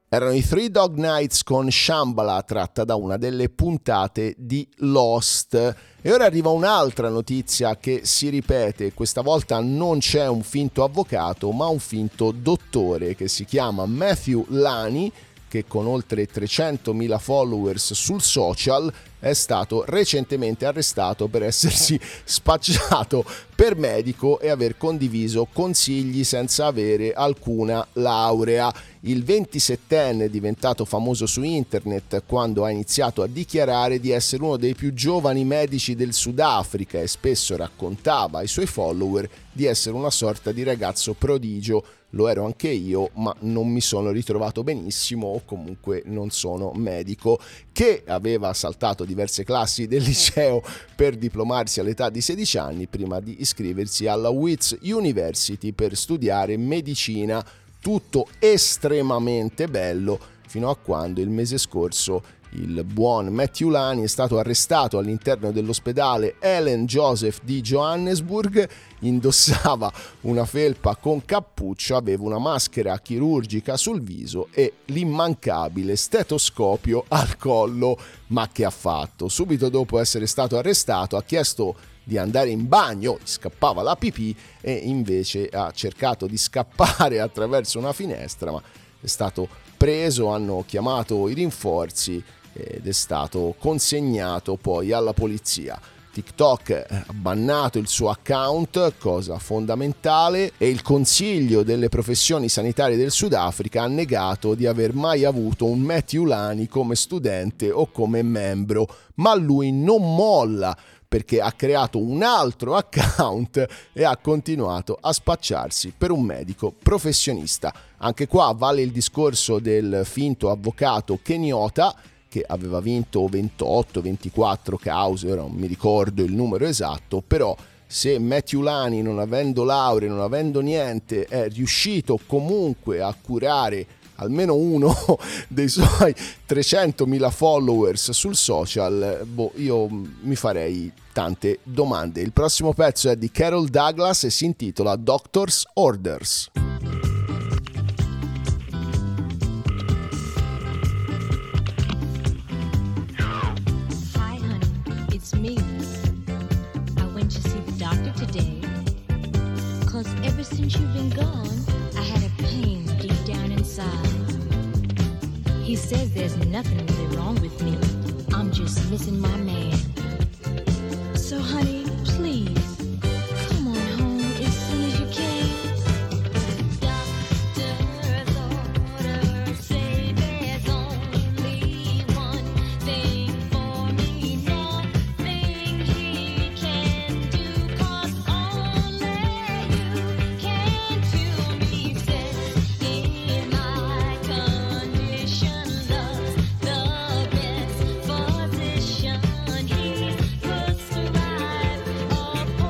Erano i Three Dog Nights con Shambhala, tratta da una delle puntate di Lost. E ora arriva un'altra notizia che si ripete. Questa volta non c'è un finto avvocato, ma un finto dottore che si chiama Matthew Lani, che con oltre 300.000 followers sul social è stato recentemente arrestato per essersi spacciato per medico e aver condiviso consigli senza avere alcuna laurea. Il 27enne è diventato famoso su internet quando ha iniziato a dichiarare di essere uno dei più giovani medici del Sudafrica e spesso raccontava ai suoi follower di essere una sorta di ragazzo prodigio. Lo ero anche io, ma non mi sono ritrovato benissimo, o comunque non sono medico, che aveva saltato diverse classi del liceo per diplomarsi all'età di 16 anni prima di iscriversi alla Wits University per studiare medicina. Tutto estremamente bello fino a quando il mese scorso il buon Matthew Lani è stato arrestato all'interno dell'ospedale Ellen Joseph di Johannesburg. Indossava una felpa con cappuccio, aveva una maschera chirurgica sul viso e l'immancabile stetoscopio al collo. Ma che ha fatto? Subito dopo essere stato arrestato ha chiesto di andare in bagno, scappava la pipì e invece ha cercato di scappare attraverso una finestra, ma è stato preso, hanno chiamato i rinforzi ed è stato consegnato poi alla polizia. TikTok ha bannato il suo account, cosa fondamentale, e il Consiglio delle professioni sanitarie del Sudafrica ha negato di aver mai avuto un Matthew Lani come studente o come membro, ma lui non molla perché ha creato un altro account e ha continuato a spacciarsi per un medico professionista. Anche qua vale il discorso del finto avvocato keniota che aveva vinto 28-24 cause, ora non mi ricordo il numero esatto, però se Matthew Lani, non avendo laurea, non avendo niente, è riuscito comunque a curare almeno uno dei suoi 300.000 followers sul social, io mi farei tante domande. Il prossimo pezzo è di Carol Douglas e si intitola Doctor's Orders. Hi, honey, it's me. I went to see the doctor today. 'Cause ever since you've been gone, I had a pain deep down inside. He says there's nothing really wrong with me. I'm just missing my man. So, honey, please, come on home as soon as you can. Doctor's orders say there's only one thing for me. Nothing he can do, 'cause only you can to me. Says in my condition, love's the best physician. He's prescribed a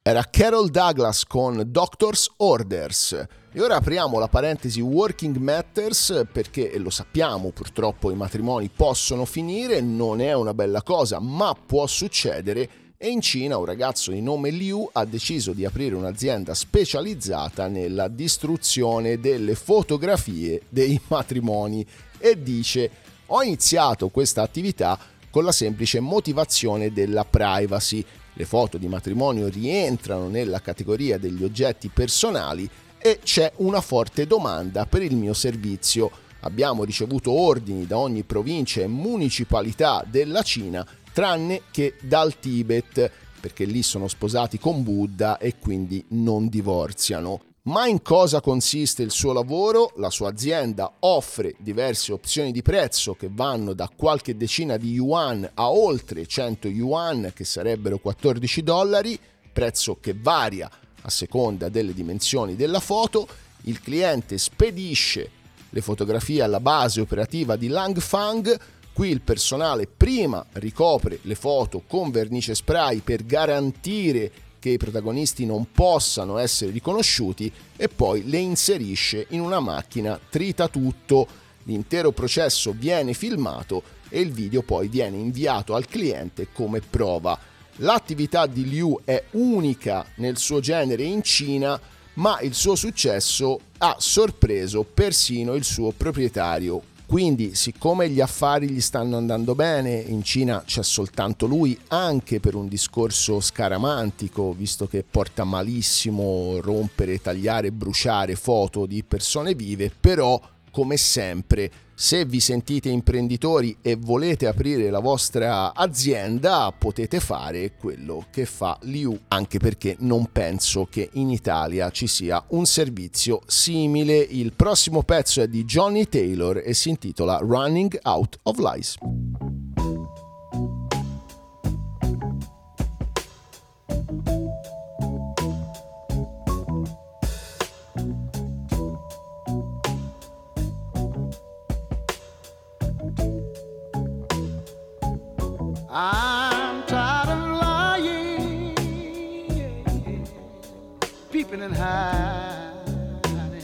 Era Carol Douglas con Doctor's Orders. E ora apriamo la parentesi Working Matters perché, e lo sappiamo, purtroppo i matrimoni possono finire, non è una bella cosa, ma può succedere. E in Cina un ragazzo di nome Liu ha deciso di aprire un'azienda specializzata nella distruzione delle fotografie dei matrimoni e dice: ho iniziato questa attività con la semplice motivazione della privacy. Le foto di matrimonio rientrano nella categoria degli oggetti personali e c'è una forte domanda per il mio servizio. Abbiamo ricevuto ordini da ogni provincia e municipalità della Cina, tranne che dal Tibet, perché lì sono sposati con Buddha e quindi non divorziano. Ma in cosa consiste il suo lavoro? La sua azienda offre diverse opzioni di prezzo che vanno da qualche decina di yuan a oltre 100 yuan, che sarebbero $14, prezzo che varia a seconda delle dimensioni della foto. Il cliente spedisce le fotografie alla base operativa di Langfang. Qui il personale prima ricopre le foto con vernice spray per garantire che i protagonisti non possano essere riconosciuti e poi le inserisce in una macchina trita tutto. L'intero processo viene filmato e il video poi viene inviato al cliente come prova. L'attività di Liu è unica nel suo genere in Cina, ma il suo successo ha sorpreso persino il suo proprietario. Quindi, siccome gli affari gli stanno andando bene, in Cina c'è soltanto lui, anche per un discorso scaramantico, visto che porta malissimo rompere, tagliare e bruciare foto di persone vive, però, come sempre, se vi sentite imprenditori e volete aprire la vostra azienda, potete fare quello che fa Liu, anche perché non penso che in Italia ci sia un servizio simile. Il prossimo pezzo è di Johnny Taylor e si intitola Running Out of Lies. I'm tired of lying, peeping and hiding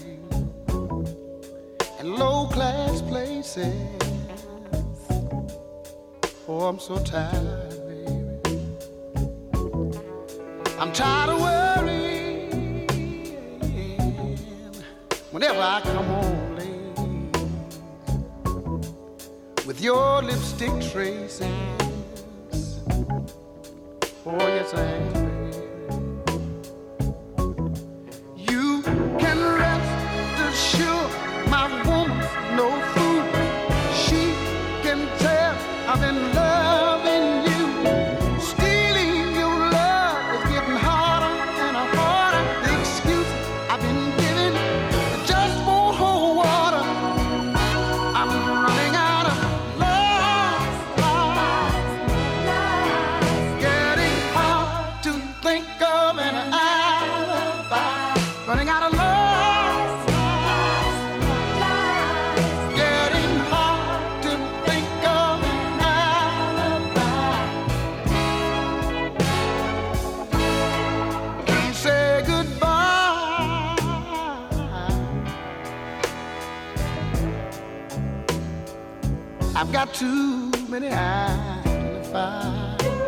in low-class places. Oh, I'm so tired, baby. I'm tired of worrying whenever I come home late with your lipstick traces. Oh, yes, I am, baby. You can rest assured my woman's no fool. She can tell I've been loving you. Stealing your love is getting harder and harder. The excuse I've been giving just won't hold water. I'm running out of think of an alibi. Running out of love. Getting hard to think of an alibi. Can't say goodbye. I've got too many eyes to find.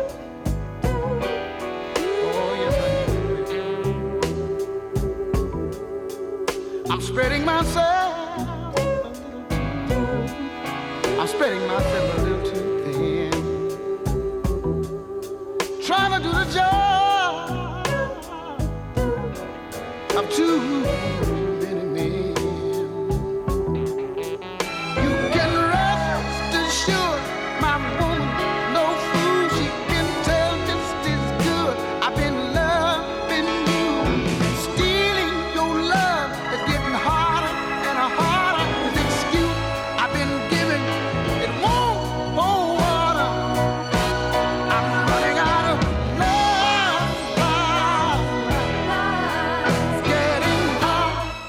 I'm spreading myself a little too thin. I'm spreading myself a little too thin. Trying to do the job of too many men. You can rest assured my woman, no fool. She can tell just as good I've been loving you. Stealing your love is getting harder and harder. This excuse I've been giving, it won't hold water. I'm running out of love. It's getting hard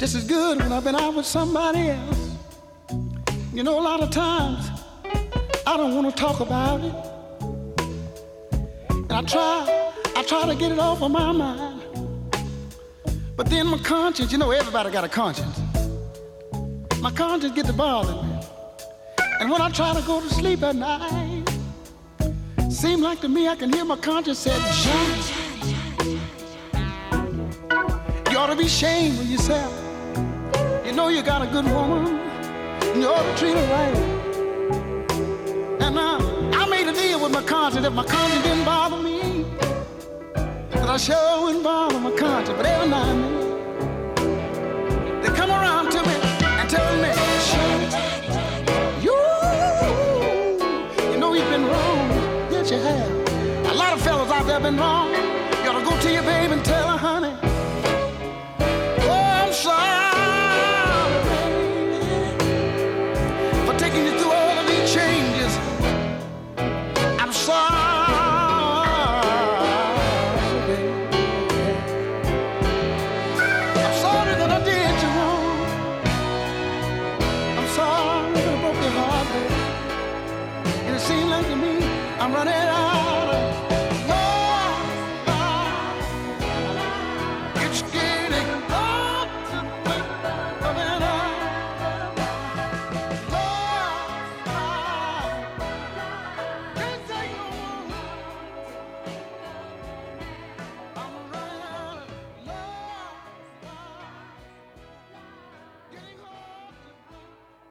This is good when I've been out with somebody else. You know, a lot of times I don't want to talk about it. And I try to get it off of my mind. But then my conscience, you know, everybody got a conscience. My conscience gets to bother me. And when I try to go to sleep at night, seem like to me I can hear my conscience say, Johnny, you ought to be ashamed of yourself. You know you got a good woman, and you ought to treat her right. And I made a deal with my conscience. If my conscience didn't bother me, that I sure wouldn't bother my conscience. But every now and then, they come around to me and tell me, you know you've been wrong. Yes, you have. A lot of fellas out there been wrong. You ought to go to your baby and tell her, honey, oh, I'm sorry, baby, for taking you through all of these changes. I'm sorry, baby. I'm sorry that I did you wrong. I'm sorry that I broke your heart, baby. And it seems like to me I'm running out of love. It's getting hard to think of it all. Love, can't take no more. I'm running out of love. Getting hard to think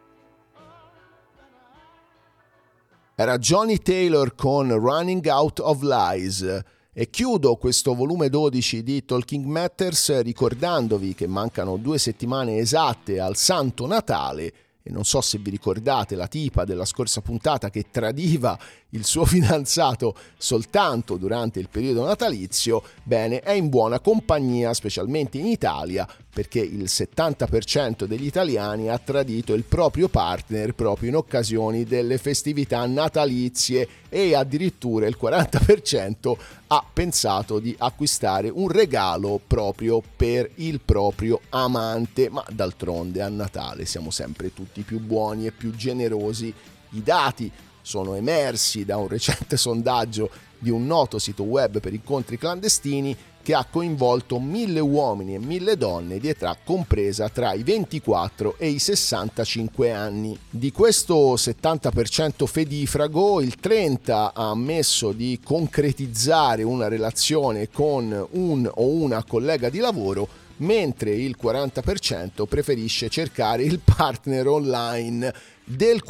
of. Era Johnny Taylor con Running Out of Lies. E chiudo questo volume 12 di Talking Matters ricordandovi che mancano 2 settimane esatte al Santo Natale. E non so se vi ricordate la tipa della scorsa puntata che tradiva il suo fidanzato soltanto durante il periodo natalizio. Bene, è in buona compagnia, specialmente in Italia, perché il 70% degli italiani ha tradito il proprio partner proprio in occasioni delle festività natalizie e addirittura il 40% ha pensato di acquistare un regalo proprio per il proprio amante. Ma d'altronde a Natale siamo sempre tutti più buoni e più generosi. I dati sono emersi da un recente sondaggio di un noto sito web per incontri clandestini che ha coinvolto 1.000 uomini e 1.000 donne di età compresa tra i 24 e i 65 anni. Di questo 70% fedifrago, il 30% ha ammesso di concretizzare una relazione con un o una collega di lavoro, mentre il 40% preferisce cercare il partner online. Del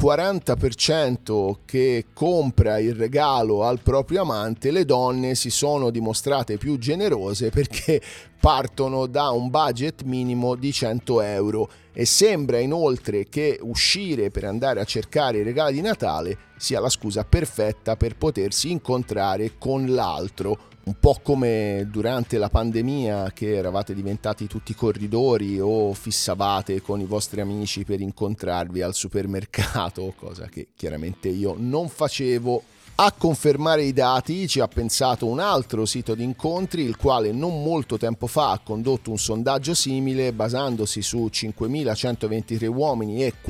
40% che compra il regalo al proprio amante, le donne si sono dimostrate più generose perché partono da un budget minimo di 100 euro e sembra inoltre che uscire per andare a cercare i regali di Natale sia la scusa perfetta per potersi incontrare con l'altro. Un po' come durante la pandemia che eravate diventati tutti corridori o fissavate con i vostri amici per incontrarvi al supermercato, cosa che chiaramente io non facevo. A confermare i dati ci ha pensato un altro sito di incontri, il quale non molto tempo fa ha condotto un sondaggio simile basandosi su 5.123 uomini e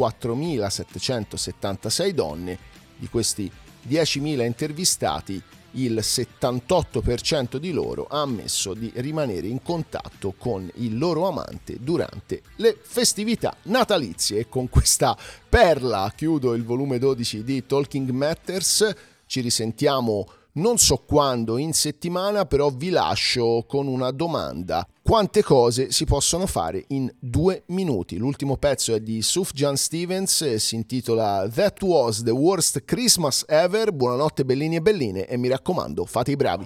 4.776 donne. Di questi 10.000 intervistati, il 78% di loro ha ammesso di rimanere in contatto con il loro amante durante le festività natalizie. E con questa perla chiudo il volume 12 di Talking Matters. Ci risentiamo non so quando in settimana, però vi lascio con una domanda: quante cose si possono fare in 2 minuti? L'ultimo pezzo è di Sufjan Stevens e si intitola That Was the Worst Christmas Ever. Buonanotte bellini e belline e mi raccomando, fate i bravi.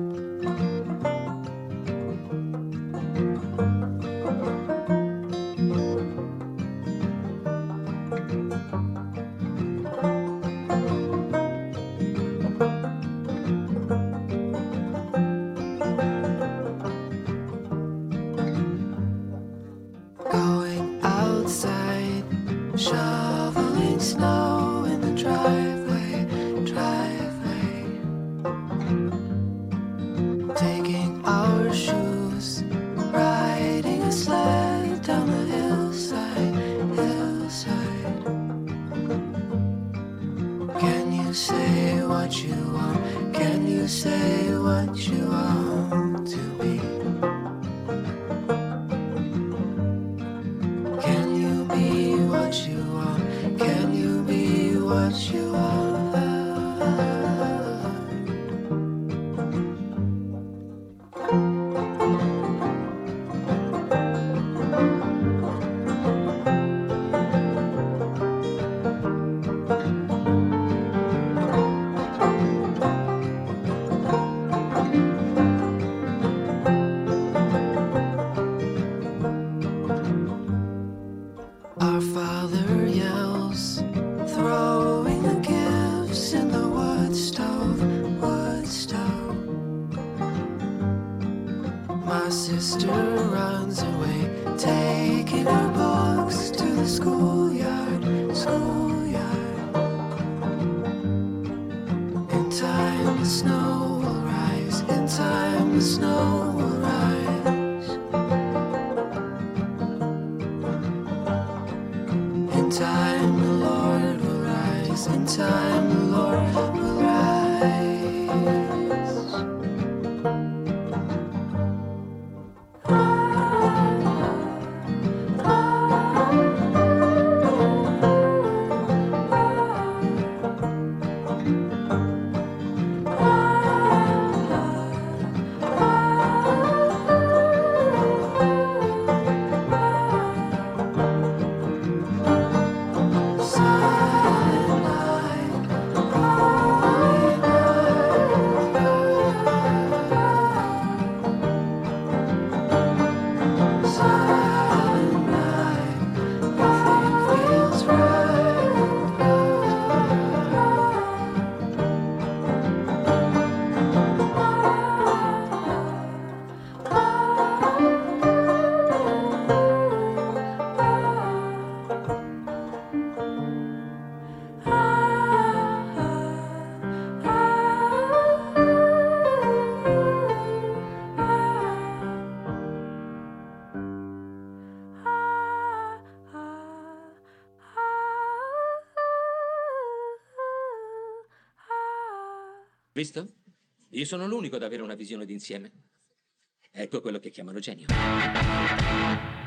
Going outside, shoveling snow in the driveway. what you want to be? Can you be what you want? Can you be what you want? Our Father yells, throwing the gifts in the wood stove, wood stove. My sister runs away, taking her books to the schoolyard, schoolyard. In time the snow will rise, in time the snow will rise. In time the Lord will rise, in time the Lord will rise. Visto? Io sono l'unico ad avere una visione d'insieme. Ecco quello che chiamano genio.